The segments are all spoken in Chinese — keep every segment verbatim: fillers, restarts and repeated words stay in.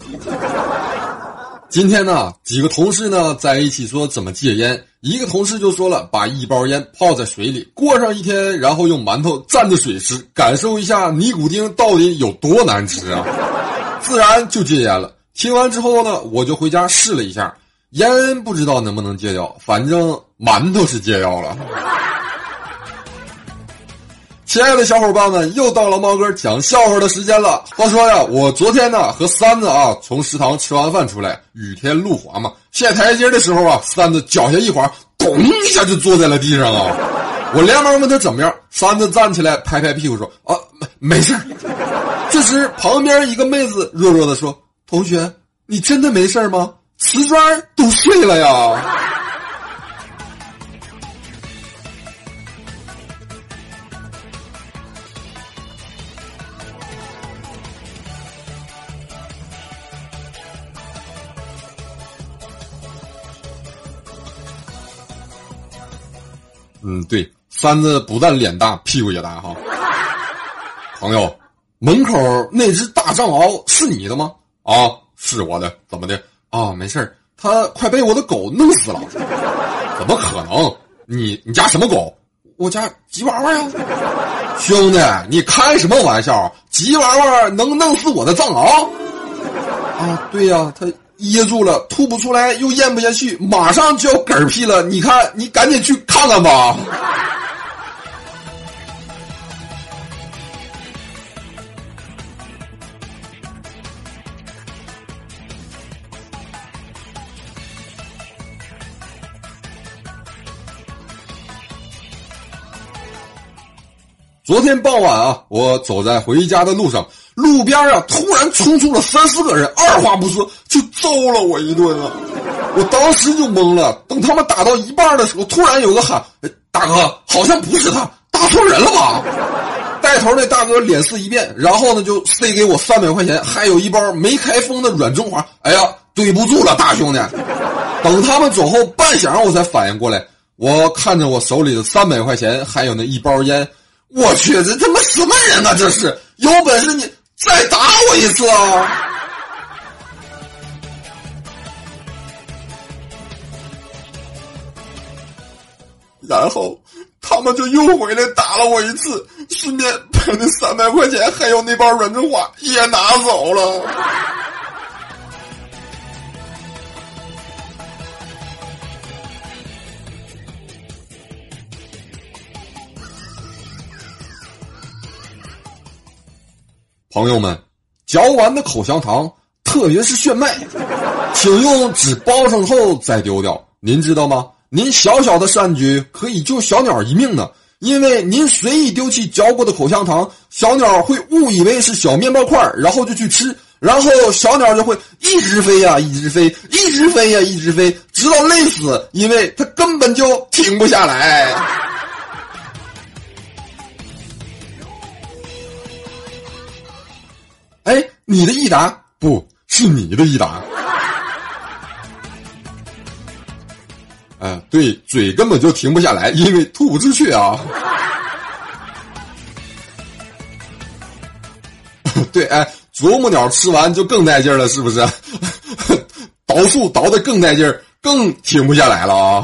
今天呢，几个同事呢在一起说怎么戒烟，一个同事就说了，把一包烟泡在水里，过上一天，然后用馒头蘸着水吃，感受一下尼古丁到底有多难吃啊！自然就戒烟了。听完之后呢，我就回家试了一下，烟不知道能不能戒掉，反正馒头是戒掉了。亲爱的小伙伴们，又到了猫哥讲笑话的时间了。话说呀，我昨天呢和三子啊从食堂吃完饭出来，雨天路滑嘛，下台阶的时候啊，三子脚下一滑，咚一下就坐在了地上啊。我连忙问他怎么样，三子站起来拍拍屁股说啊没没事。这时旁边一个妹子弱弱的说，同学，你真的没事吗？瓷砖都碎了呀。嗯，对，三子不但脸大，屁股也大哈。朋友，门口那只大藏獒是你的吗？啊，是我的，怎么的？啊，没事，它快被我的狗弄死了。怎么可能？你你家什么狗？我家吉娃娃呀。兄弟，你开什么玩笑？吉娃娃能弄死我的藏獒？啊，对呀，它噎住了，吐不出来，又咽不下去，马上就要嗝屁了。你看，你赶紧去看看吧。昨天傍晚啊，我走在回家的路上，路边啊突然冲出了三四个人，二话不说就揍了我一顿啊！我当时就懵了。等他们打到一半的时候，突然有个喊：“哎，大哥，好像不是他，打错人了吧？”带头那大哥脸色一变，然后呢就塞给我三百块钱，还有一包没开封的软中华。哎呀，对不住了，大兄弟！等他们走后半晌，我才反应过来，我看着我手里的三百块钱，还有那一包烟。我去，这他妈什么人啊！这是，有本事你再打我一次啊！然后他们就又回来打了我一次，顺便把那三百块钱还有那包软中华也拿走了。朋友们，嚼完的口香糖，特别是炫迈，请用纸包上后再丢掉。您知道吗？您小小的善举可以救小鸟一命呢。因为您随意丢弃嚼过的口香糖，小鸟会误以为是小面包块，然后就去吃，然后小鸟就会一直飞呀、啊、一直飞，一直飞呀、啊、一直飞，直到累死，因为它根本就停不下来。哎，你的益达不是你的益达。呃，对，嘴根本就停不下来，因为吐不出去啊。对，哎，啄木鸟吃完就更带劲了，是不是？倒树倒得更带劲儿，更停不下来了啊。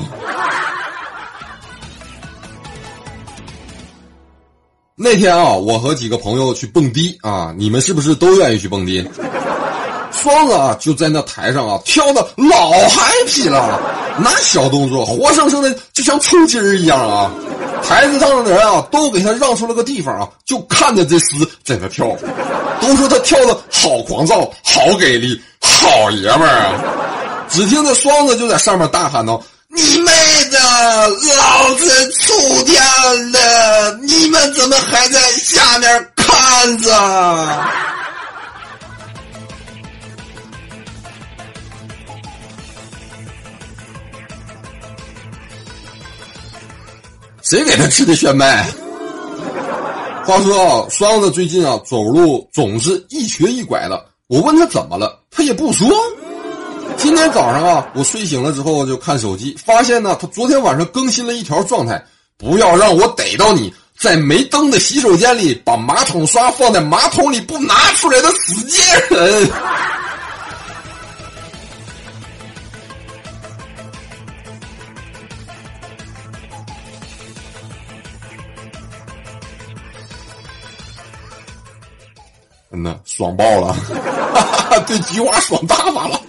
那天啊，我和几个朋友去蹦迪啊，你们是不是都愿意去蹦迪？双子啊就在那台上啊跳的老 happy 了，那小动作活生生的就像抽筋儿一样啊！台子上的人啊都给他让出了个地方啊，就看着这厮在那跳，都说他跳的好狂躁，好给力，好爷们儿啊！只听着双子就在上面大喊道：“你妹的，老子出天了，你们怎么还在下面看着？”谁给他吃的炫迈？话说啊，双子最近啊走路总是一瘸一拐的，我问他怎么了，他也不说。今天早上啊，我睡醒了之后就看手机，发现呢他昨天晚上更新了一条状态：不要让我逮到你在没灯的洗手间里把马桶刷放在马桶里不拿出来的死贱人。 嗯呐，爽爆了，对菊花爽大发了。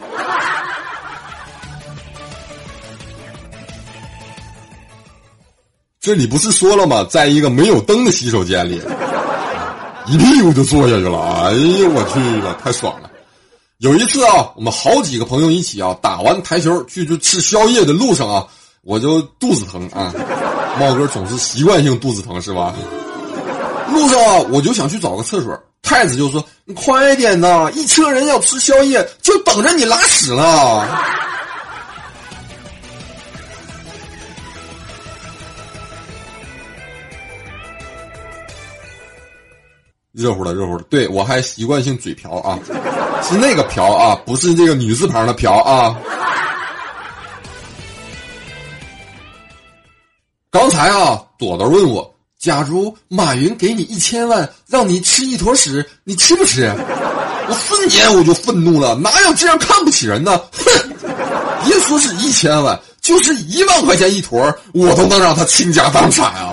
这里不是说了吗？在一个没有灯的洗手间里，一屁股就坐下去了。哎呦我去了，太爽了！有一次啊，我们好几个朋友一起啊，打完台球去去吃宵夜的路上啊，我就肚子疼啊。茂哥总是习惯性肚子疼是吧？路上啊，我就想去找个厕所，太子就说：“你快点呐，一车人要吃宵夜，就等着你拉屎了。”热乎了，热乎了。对，我还习惯性嘴瓢啊，是那个瓢啊，不是这个女字旁的瓢啊。刚才啊，朵朵问我，假如马云给你一千万，让你吃一坨屎，你吃不吃？我瞬间我就愤怒了，哪有这样看不起人呢？哼！别说是一千万，就是一万块钱一坨，我都能让他倾家荡产啊！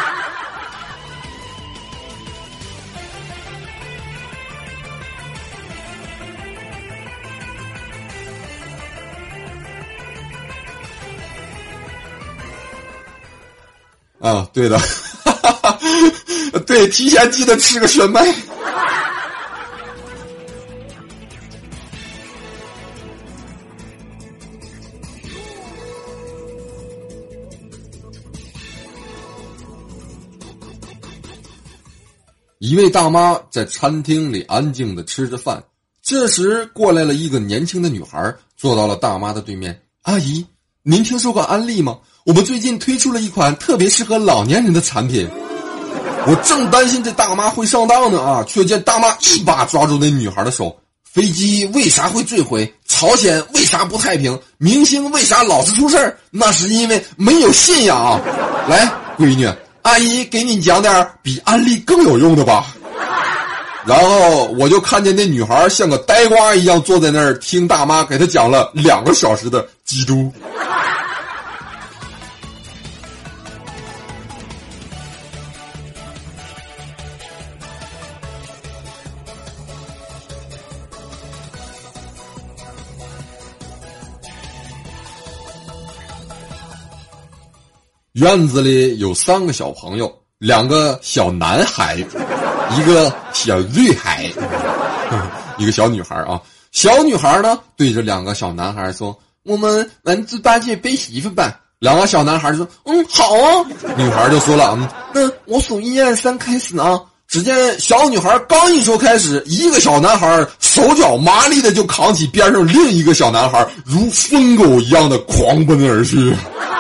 啊，对的，对，提前记得吃个全麦。一位大妈在餐厅里安静地吃着饭，这时过来了一个年轻的女孩，坐到了大妈的对面。阿姨，您听说过安利吗？我们最近推出了一款特别适合老年人的产品。我正担心这大妈会上当呢啊，却见大妈一把抓住那女孩的手。飞机为啥会坠毁？朝鲜为啥不太平？明星为啥老是出事儿？那是因为没有信仰啊！来，闺女，阿姨给你讲点比安利更有用的吧。然后我就看见那女孩像个呆瓜一样坐在那儿听大妈给她讲了两个小时的基督。院子里有三个小朋友，两个小男孩，一个小女孩，一个小女孩啊。小女孩呢对着两个小男孩说：“我们玩猪八戒背媳妇吧。”两个小男孩就说：“嗯，好啊。”女孩就说了：“嗯，那我数一二三开始啊。”只见小女孩刚一说开始，一个小男孩手脚麻利的就扛起边上另一个小男孩，如疯狗一样的狂奔而去。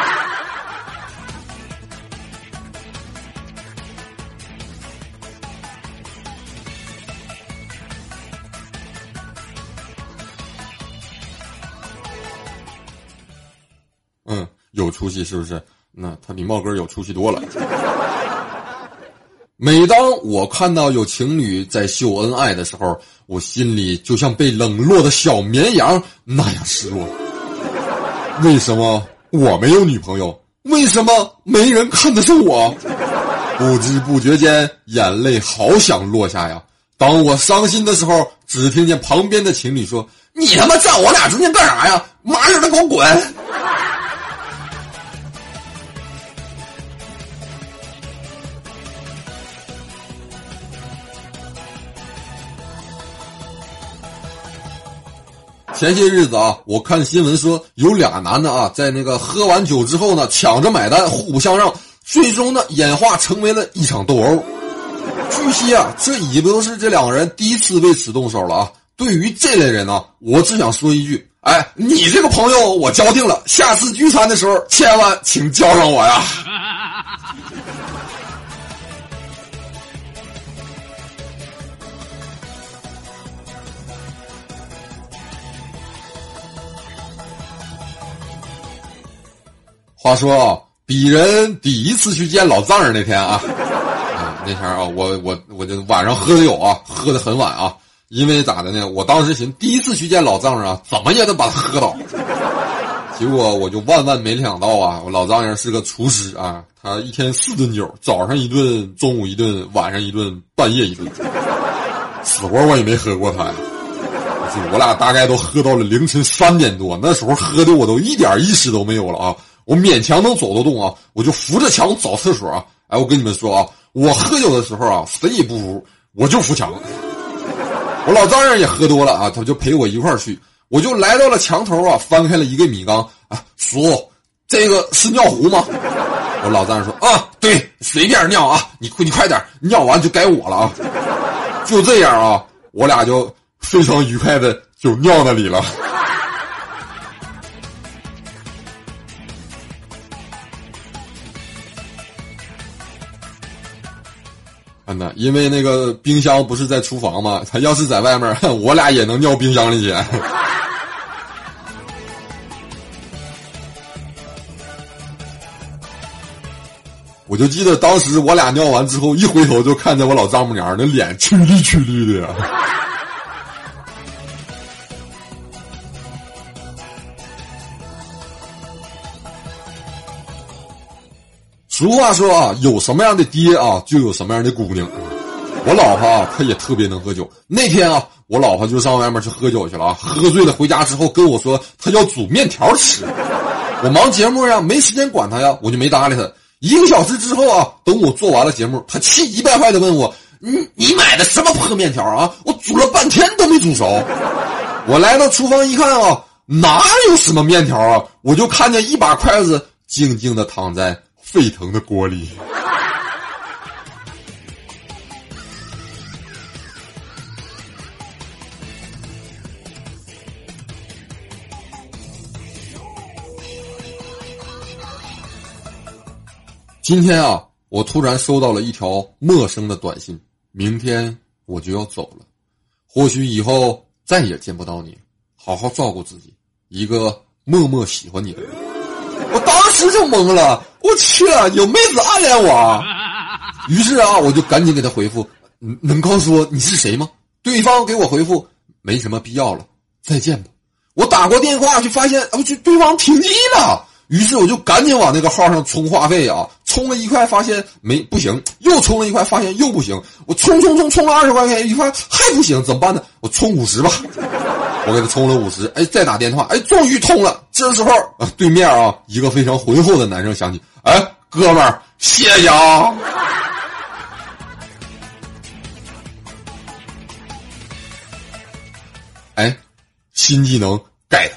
嗯，有出息是不是？那他比茂哥有出息多了。每当我看到有情侣在秀恩爱的时候，我心里就像被冷落的小绵羊那样失落。为什么我没有女朋友？为什么没人看得上我？不知不觉间，眼泪好想落下呀。当我伤心的时候，只听见旁边的情侣说：“你他妈站我俩中间干啥呀？妈日的，给我滚！”前些日子啊，我看新闻说有俩男的啊，在那个喝完酒之后呢，抢着买单，互不相让，最终呢演化成为了一场斗殴。据悉啊，这已不是这两个人第一次为此动手了啊。对于这类人呢，我只想说一句：哎，你这个朋友我交定了，下次聚餐的时候千万请叫上我呀。话说啊，鄙人第一次去见老丈人那天啊，啊那天啊，我我我就晚上喝酒啊，喝得很晚啊，因为咋的呢？我当时寻第一次去见老丈人啊，怎么也得把他喝倒。结果我就万万没想到啊，我老丈人是个厨师啊，他一天四顿酒，早上一顿，中午一顿，晚上一顿，半夜一顿。 死活我也没喝过它呀。我俩大概都喝到了凌晨三点多，那时候喝的我都一点意识都没有了啊！我勉强能走得动啊，我就扶着墙找厕所啊！哎，我跟你们说啊，我喝酒的时候啊，谁也不服，我就扶墙。我老丈人也喝多了啊，他就陪我一块儿去，我就来到了墙头啊，翻开了一个米缸啊，叔，这个是尿壶吗？我老丈人说啊，对，随便尿啊，你你快点，尿完就该我了啊！就这样啊，我俩就非常愉快的就尿那里了。真的，因为那个冰箱不是在厨房吗？他要是在外面，我俩也能尿冰箱里去。我就记得当时我俩尿完之后，一回头就看见我老丈母娘那脸曲绿曲绿的呀。俗话说啊，有什么样的爹啊，就有什么样的姑娘。我老婆啊，她也特别能喝酒。那天啊，我老婆就上外面去喝酒去了啊，喝醉了回家之后跟我说，她要煮面条吃。我忙节目呀，没时间管她呀，我就没搭理她。一个小时之后啊，等我做完了节目，她气急败坏的问我：“你你买的什么破面条啊？我煮了半天都没煮熟。”我来到厨房一看啊，哪有什么面条啊？我就看见一把筷子静静的躺在沸腾的锅里。今天啊，我突然收到了一条陌生的短信，明天我就要走了，或许以后再也见不到你，好好照顾自己，一个默默喜欢你的人。我当时就懵了，我去，有妹子暗恋我啊！于是啊，我就赶紧给他回复，能告诉我你是谁吗？对方给我回复，没什么必要了，再见吧。我打过电话就发现，啊，去对方停机了。于是我就赶紧往那个号上充话费啊，充了一块发现没不行，又充了一块发现又不行，我充充充充了二十块钱一块还不行，怎么办呢？我充五十吧。我给他充了五十，哎，再打电话，哎，终于通了。这时候啊，对面啊，一个非常浑厚的男生响起，哎，哥们儿，谢谢啊。哎，新技能 get。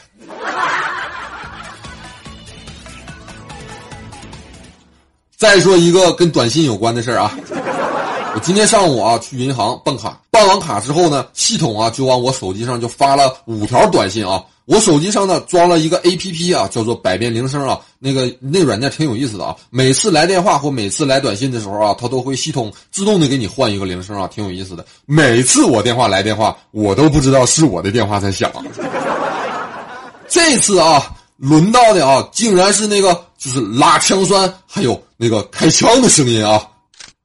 再说一个跟短信有关的事儿啊，我今天上午啊去银行办卡，办完卡之后呢，系统啊就往我手机上就发了五条短信啊。我手机上呢装了一个 A P P 啊，叫做百变铃声啊，那个那个软件挺有意思的啊。每次来电话或每次来短信的时候啊，它都会系统自动的给你换一个铃声啊，挺有意思的。每次我电话来电话，我都不知道是我的电话在响。这次啊，轮到的啊，竟然是那个就是拉枪栓还有那个开枪的声音啊。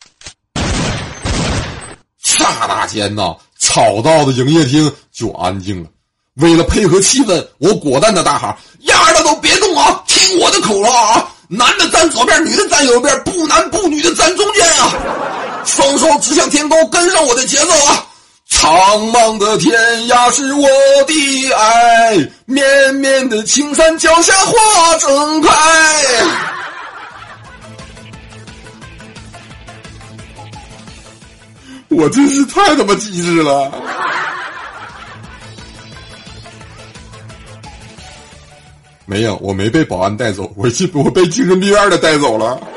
刹那间呐，吵到的营业厅就安静了。为了配合气氛，我果断的大喊：“丫的都别动啊，听我的口号啊！男的站左边，女的站右边，不男不女的站中间啊！双手指向天空，跟上我的节奏啊！苍茫的天涯是我的爱，绵绵的青山脚下花正开。”我真是太他妈机智了。没有，我没被保安带走，我去，我被精神病院的带走了。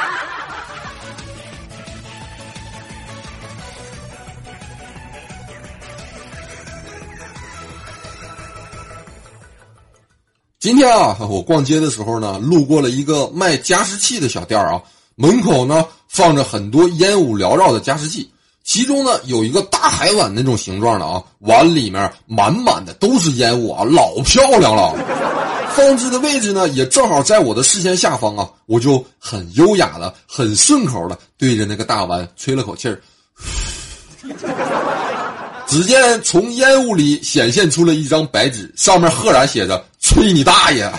今天啊，我逛街的时候呢，路过了一个卖加湿器的小店啊，门口呢放着很多烟雾缭绕的加湿器。其中呢有一个大海碗那种形状的啊，碗里面满满的都是烟雾啊，老漂亮了。放置的位置呢也正好在我的视线下方啊，我就很优雅的很顺口的对着那个大碗吹了口气儿。只见从烟雾里显现出了一张白纸，上面赫然写着“吹你大爷”。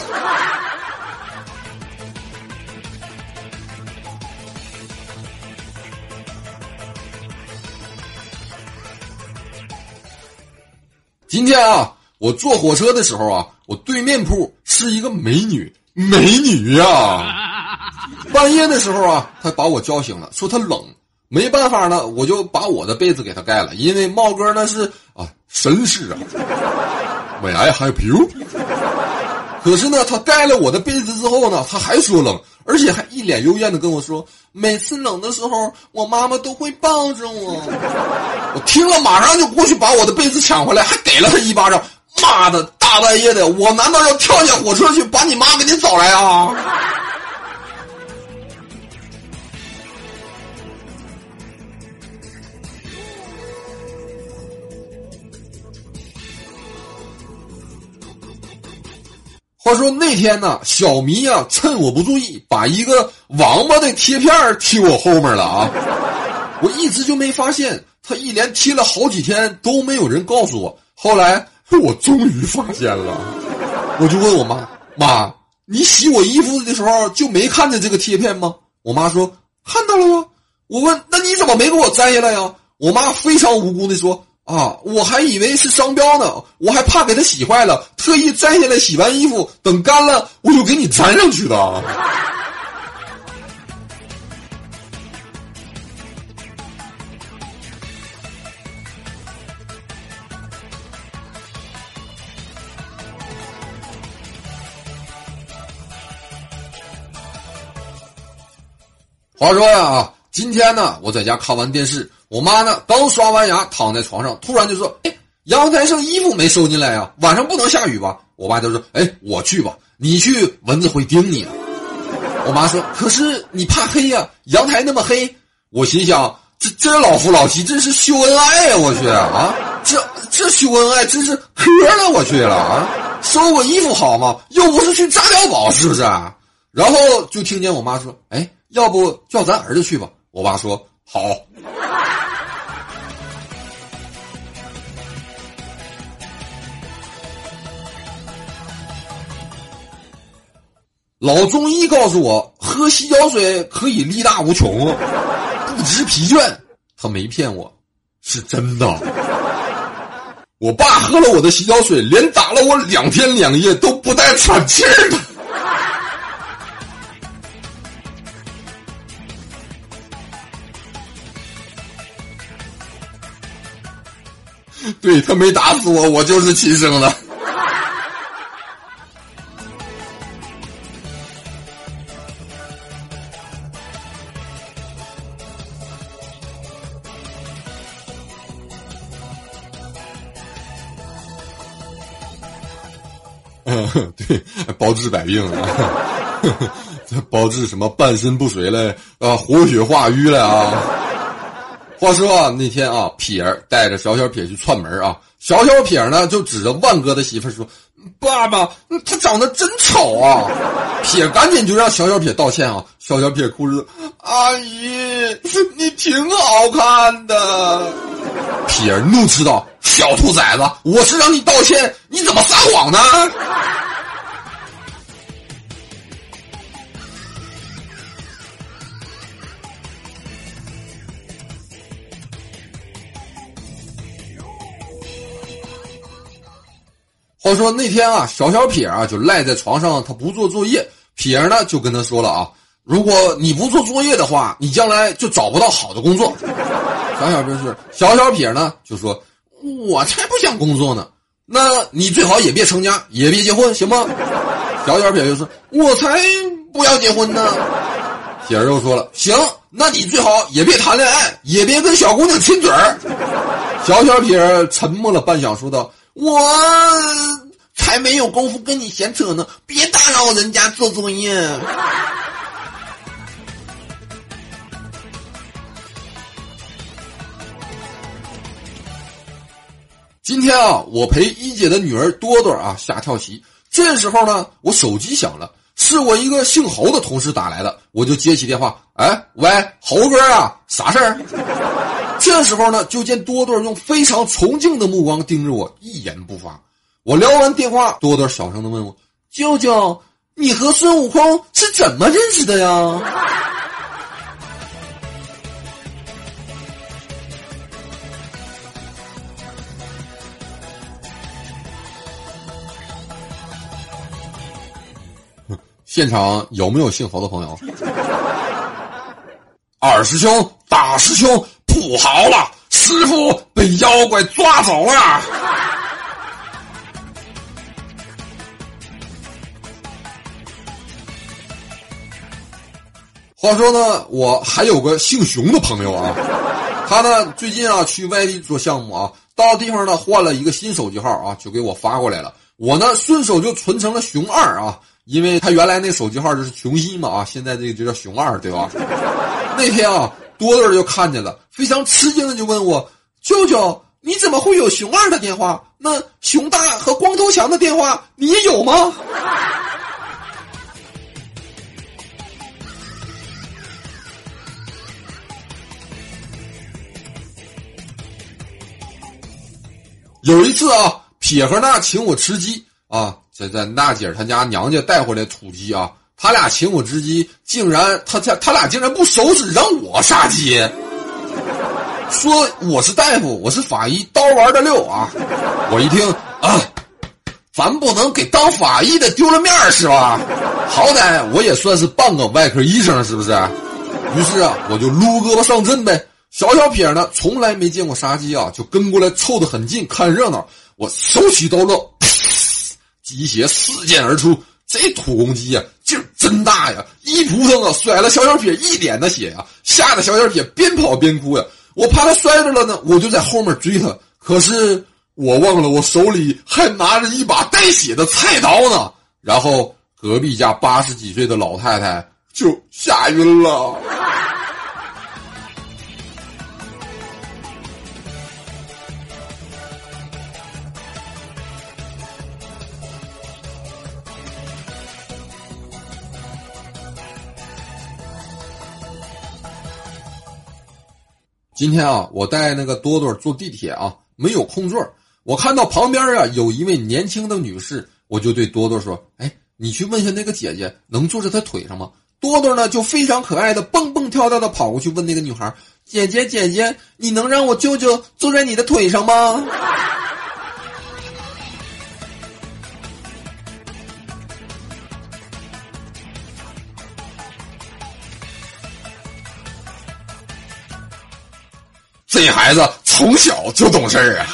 今天啊，我坐火车的时候啊，我对面铺是一个美女，美女呀、啊！半夜的时候啊，她把我叫醒了，说她冷，没办法呢，我就把我的被子给她盖了，因为茂哥那是啊绅士啊。May I help you？ 可是呢，他盖了我的被子之后呢，他还说冷，而且还一脸幽怨的跟我说，每次冷的时候，我妈妈都会抱着我。我听了马上就过去把我的被子抢回来，还给了他一巴掌。妈的，大半夜的，我难道要跳下火车去把你妈给你找来啊？话说那天呢，小迷啊趁我不注意，把一个王八的贴片贴我后面了啊！我一直就没发现，他一连贴了好几天都没有人告诉我。后来我终于发现了，我就问我妈：“妈，你洗我衣服的时候就没看见这个贴片吗？”我妈说：“看到了呀。”我问：“那你怎么没给我摘下来呀？”我妈非常无辜的说：“啊，我还以为是商标呢，我还怕给它洗坏了，特意摘下来洗完衣服，等干了我就给你粘上去的。”话说呀啊，今天呢我在家看完电视，我妈呢刚刷完牙躺在床上，突然就说：“哎，阳台上衣服没收进来呀，晚上不能下雨吧？”我爸就说：“哎，我去吧，你去蚊子会叮你啊。”我妈说：“可是你怕黑呀，阳台那么黑。”我心想，这这老夫老妻真是秀恩爱呀！我去啊，这这秀恩爱真是磕了我去了啊！收个衣服好吗？又不是去炸碉堡，是不是啊？然后就听见我妈说：“哎，要不叫咱儿子去吧？”我爸说：“好。”老中医告诉我，喝洗脚水可以力大无穷，不知疲倦。他没骗我，是真的。我爸喝了我的洗脚水，连打了我两天两夜都不带喘气儿的。对，他没打死我，我就是亲生的。嗯，对，包治百病啊，这包治什么半身不遂了啊，活血化瘀了啊。话说啊，那天啊，撇儿带着小小撇去串门啊，小小撇呢就指着万哥的媳妇说：“爸爸，他长得真丑啊！”撇赶紧就让小小撇道歉啊，小小撇哭着：“阿姨，你挺好看的。”撇儿怒斥道：“小兔崽子，我是让你道歉，你怎么撒谎呢？”话说那天啊，小小撇啊就赖在床上，他不做作业。撇儿呢就跟他说了啊，如果你不做作业的话，你将来就找不到好的工作。小小撇是小小撇呢就说，我才不想工作呢，那你最好也别成家，也别结婚，行吗？小小撇就说，我才不要结婚呢。撇儿又说了，行，那你最好也别谈恋爱，也别跟小姑娘亲嘴儿。小小撇沉默了半晌，说道，我才没有功夫跟你闲扯呢，别打扰人家做作业。今天啊，我陪一姐的女儿多多啊下跳棋，这时候呢，我手机响了，是我一个姓侯的同事打来的，我就接起电话，哎，喂，侯哥啊，啥事儿？这时候呢，就见多多用非常崇敬的目光盯着我，一言不发。我聊完电话，多多小声的问我，舅舅，你和孙悟空是怎么认识的呀？ 现场有没有姓侯的朋友？二师兄，大师兄，不好了，师傅被妖怪抓走了。话说呢，我还有个姓熊的朋友啊，他呢最近啊去外地做项目啊，到地方呢换了一个新手机号啊，就给我发过来了。我呢顺手就存成了熊二啊，因为他原来那手机号就是熊一嘛啊，现在这个就叫熊二，对吧？那天啊，多多就看见了，非常吃惊的就问我：“舅舅，你怎么会有熊二的电话？那熊大和光头强的电话你也有吗？”有一次啊，撇和娜请我吃鸡啊，在在娜姐她家娘家带回来土鸡啊，他俩请我吃鸡，竟然他他他俩竟然不收拾，让我杀鸡，说我是大夫，我是法医，刀玩的溜啊！我一听啊，咱不能给当法医的丢了面是吧？好歹我也算是半个外科医生，是不是？于是啊，我就撸胳膊上阵呗。小小撇呢，从来没见过杀鸡啊，就跟过来凑得很近看热闹。我手起刀落，鸡血四溅而出。这土公鸡呀、啊，劲儿真大呀！一扑腾啊，甩了小小撇一脸的血呀、啊，吓得小小撇边跑边哭呀。我怕他摔着了呢，我就在后面追他。可是我忘了我手里还拿着一把带血的菜刀呢。然后隔壁家八十几岁的老太太就吓晕了。今天啊，我带那个多多坐地铁啊，没有空座。我看到旁边啊有一位年轻的女士，我就对多多说：“哎，你去问一下那个姐姐，能坐在她腿上吗？”多多呢就非常可爱的蹦蹦跳跳的跑过去问那个女孩：“姐姐姐姐，你能让我舅舅坐在你的腿上吗？”这孩子从小就懂事儿啊！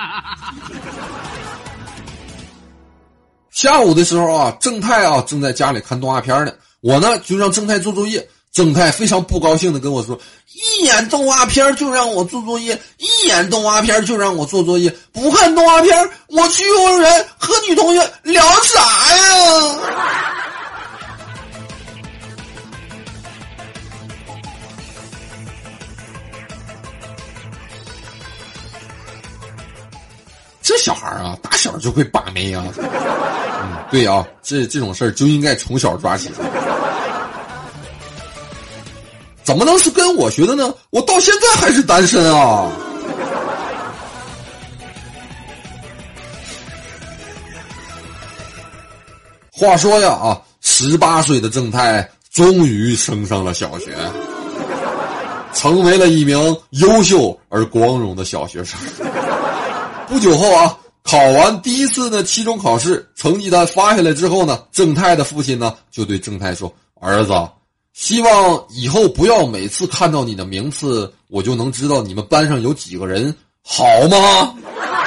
下午的时候啊，正太啊正在家里看动画片呢，我呢就让正太做作业。正太非常不高兴的跟我说：“一眼动画片就让我做作业，一眼动画片就让我做作业，不看动画片，我去幼儿园和女同学聊啥呀？”这小孩啊，打小就会把妹啊！嗯，对啊，这这种事儿就应该从小抓起。怎么能是跟我学的呢？我到现在还是单身啊！话说呀啊，十八岁的正太终于升上了小学，成为了一名优秀而光荣的小学生。不久后啊，考完第一次的期中考试，成绩单发下来之后呢，正太的父亲呢就对正太说：“儿子，希望以后不要每次看到你的名次，我就能知道你们班上有几个人，好吗？”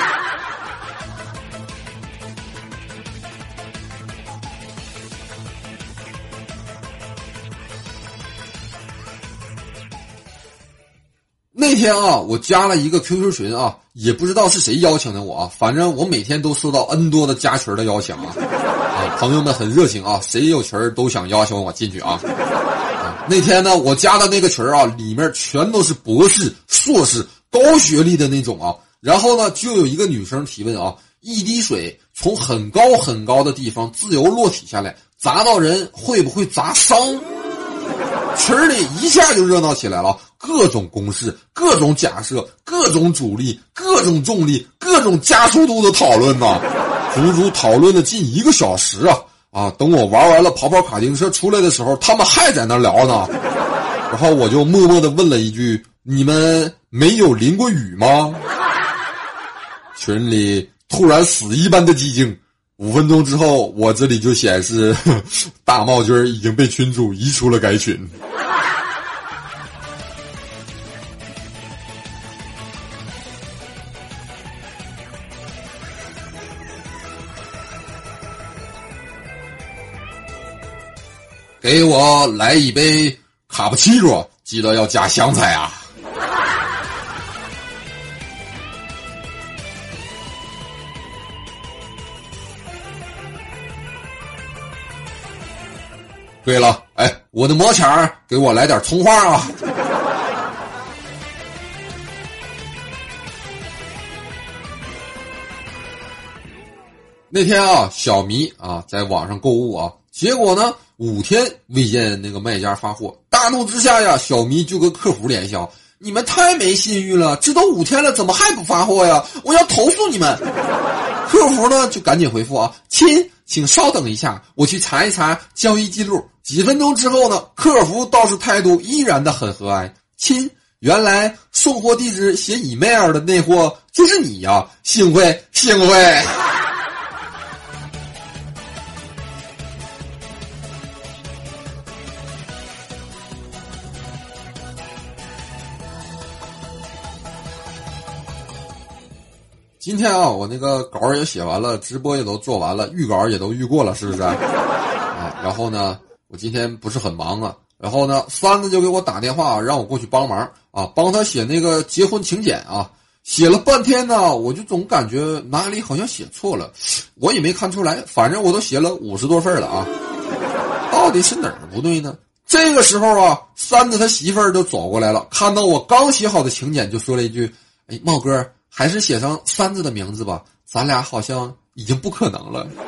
那天啊，我加了一个 Q Q 群啊，也不知道是谁邀请的我啊，反正我每天都收到 N 多的加群的邀请啊，啊，朋友们很热情啊，谁有群都想邀请我进去啊。啊那天呢，我加的那个群啊，里面全都是博士、硕士、高学历的那种啊。然后呢，就有一个女生提问啊，一滴水从很高很高的地方自由落体下来，砸到人会不会砸伤？群里一下就热闹起来了，各种公式、各种假设、各种阻力、各种重力、各种加速度的讨论呐，足足讨论了近一个小时啊！啊，等我玩完了跑跑卡丁车出来的时候，他们还在那聊呢。然后我就默默地问了一句：“你们没有淋过雨吗？”群里突然死一般的寂静， 五分钟之后，我这里就显示大帽军已经被群主移出了该群。给我来一杯卡布奇诺，记得要加香菜啊！对了，哎，我的魔卡给我来点葱花啊！那天啊，小迷啊在网上购物啊，结果呢五天未见那个卖家发货，大怒之下呀，小迷就跟客服联系啊，你们太没信誉了，这都五天了，怎么还不发货呀？我要投诉你们！客服呢就赶紧回复啊，亲，请稍等一下，我去查一查交易记录。几分钟之后呢，客服倒是态度依然的很和蔼，亲，原来送货地址写 email 的那货就是你呀，幸会幸会。今天啊，我那个稿也写完了，直播也都做完了，预稿也都预过了，是不是啊？然后呢，我今天不是很忙啊，然后呢，三子就给我打电话让我过去帮忙啊，帮他写那个结婚请柬啊，写了半天呢，我就总感觉哪里好像写错了，我也没看出来，反正我都写了五十多份了啊，到底是哪儿不对呢？这个时候啊，三子他媳妇儿就走过来了，看到我刚写好的请柬，就说了一句：“哎，茂哥，还是写上三子的名字吧，咱俩好像已经不可能了。”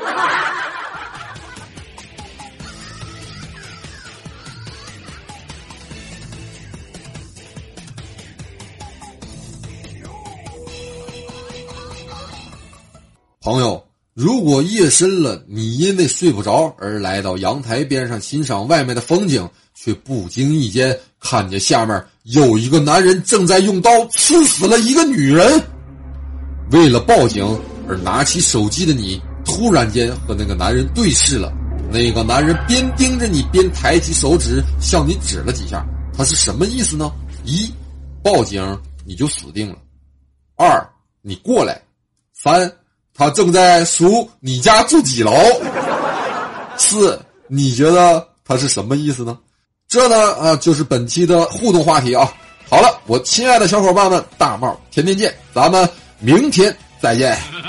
朋友，如果夜深了，你因为睡不着而来到阳台边上欣赏外面的风景，却不经意间看见下面有一个男人正在用刀刺死了一个女人，为了报警而拿起手机的你，突然间和那个男人对视了。那个男人边盯着你边抬起手指向你指了几下，他是什么意思呢？一，报警你就死定了；二，你过来；三，他正在数你家住几楼；四，你觉得他是什么意思呢？这呢啊，就是本期的互动话题啊。好了，我亲爱的小伙伴们，大帽天天见，咱们明天再见。